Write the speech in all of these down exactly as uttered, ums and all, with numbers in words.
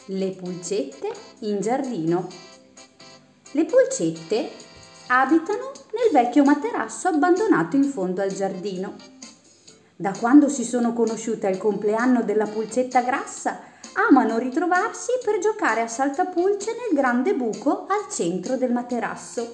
Le pulcette in giardino. Le pulcette abitano nel vecchio materasso abbandonato in fondo al giardino. Da quando si sono conosciute al compleanno della pulcetta grassa, amano ritrovarsi per giocare a saltapulce nel grande buco al centro del materasso.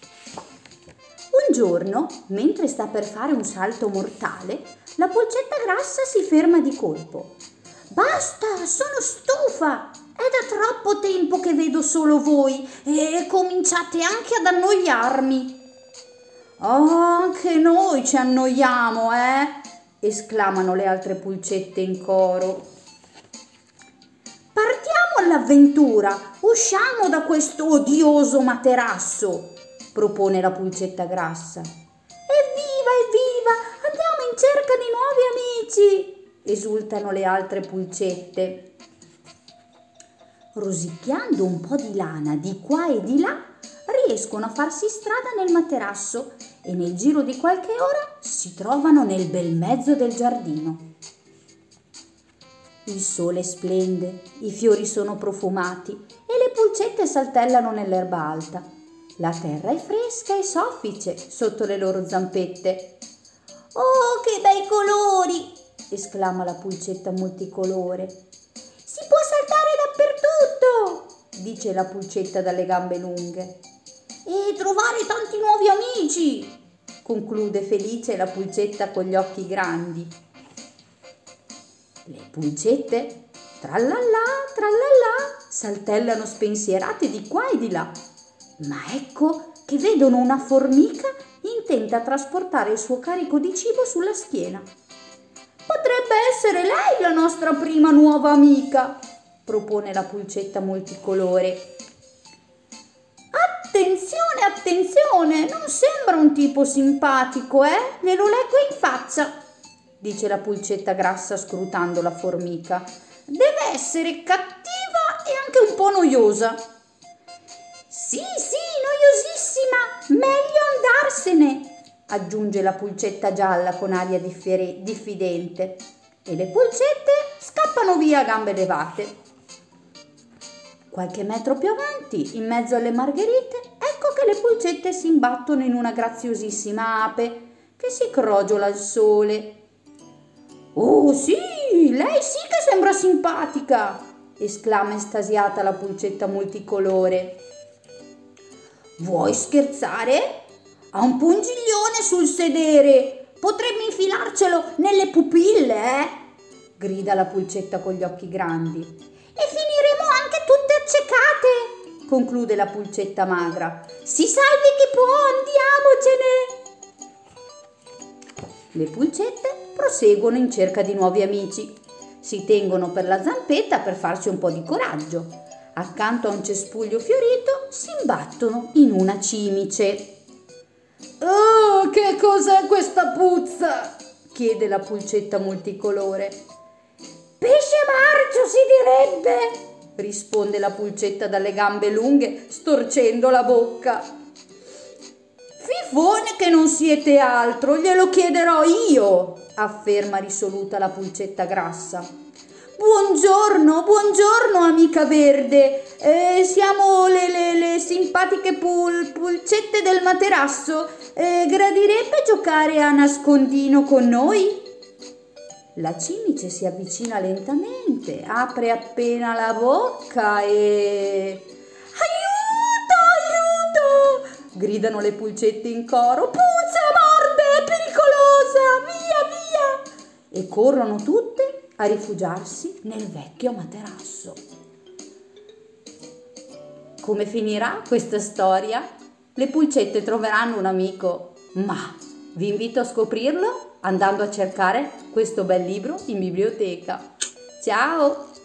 Un giorno, mentre sta per fare un salto mortale, la pulcetta grassa si ferma di colpo. «Basta, sono stufa! È da troppo tempo che vedo solo voi e cominciate anche ad annoiarmi!» «Oh, anche noi ci annoiamo, eh!» esclamano le altre pulcette in coro. «Partiamo all'avventura! Usciamo da questo odioso materasso!» propone la pulcetta grassa. «Evviva, evviva! Andiamo in cerca di nuovi amici!» esultano le altre pulcette. Rosicchiando un po' di lana di qua e di là, riescono a farsi strada nel materasso e nel giro di qualche ora si trovano nel bel mezzo del giardino. Il sole splende, i fiori sono profumati e le pulcette saltellano nell'erba alta. La terra è fresca e soffice sotto le loro zampette. «Oh, che bei colori!» esclama la pulcetta multicolore. «Si può saltare dappertutto!» dice la pulcetta dalle gambe lunghe. «E trovare tanti nuovi amici!» conclude felice la pulcetta con gli occhi grandi. Le pulcette, trallallà, trallallà, saltellano spensierate di qua e di là. Ma ecco che vedono una formica intenta a trasportare il suo carico di cibo sulla schiena. «Potrebbe essere lei la nostra prima nuova amica», propone la pulcetta multicolore. «Attenzione, attenzione, non sembra un tipo simpatico, eh? Glielo leggo in faccia», dice la pulcetta grassa scrutando la formica. «Deve essere cattiva e anche un po' noiosa». «Sì, sì, noiosissima, meglio andarsene», aggiunge la pulcetta gialla con aria differe- diffidente, e le pulcette scappano via a gambe levate. Qualche metro più avanti, in mezzo alle margherite, ecco che le pulcette si imbattono in una graziosissima ape che si crogiola al sole. «Oh sì, lei sì che sembra simpatica!» esclama estasiata la pulcetta multicolore. «Vuoi scherzare? Ha un pungiglione sul sedere! Potremmo infilarcelo nelle pupille, eh?» grida la pulcetta con gli occhi grandi. «E finiremo anche tutte accecate!» conclude la pulcetta magra. «Si salvi chi può, andiamocene!» Le pulcette proseguono in cerca di nuovi amici. Si tengono per la zampetta per farsi un po' di coraggio. Accanto a un cespuglio fiorito si imbattono in una cimice. «Oh, che cos'è questa puzza?» chiede la pulcetta multicolore. «Pesce marcio si direbbe», risponde la pulcetta dalle gambe lunghe storcendo la bocca. «Fifone che non siete altro, glielo chiederò io», afferma risoluta la pulcetta grassa. «Buongiorno, buongiorno amica verde, eh, siamo le, le, le simpatiche pul, pulcette del materasso, eh, gradirebbe giocare a nascondino con noi?» La cimice si avvicina lentamente, apre appena la bocca e... «Aiuto, aiuto!» gridano le pulcette in coro. «Puzza, morde, è pericolosa, via, via!» e corrono tutte a rifugiarsi nel vecchio materasso. Come finirà questa storia? Le pulcette troveranno un amico, ma vi invito a scoprirlo andando a cercare questo bel libro in biblioteca. Ciao!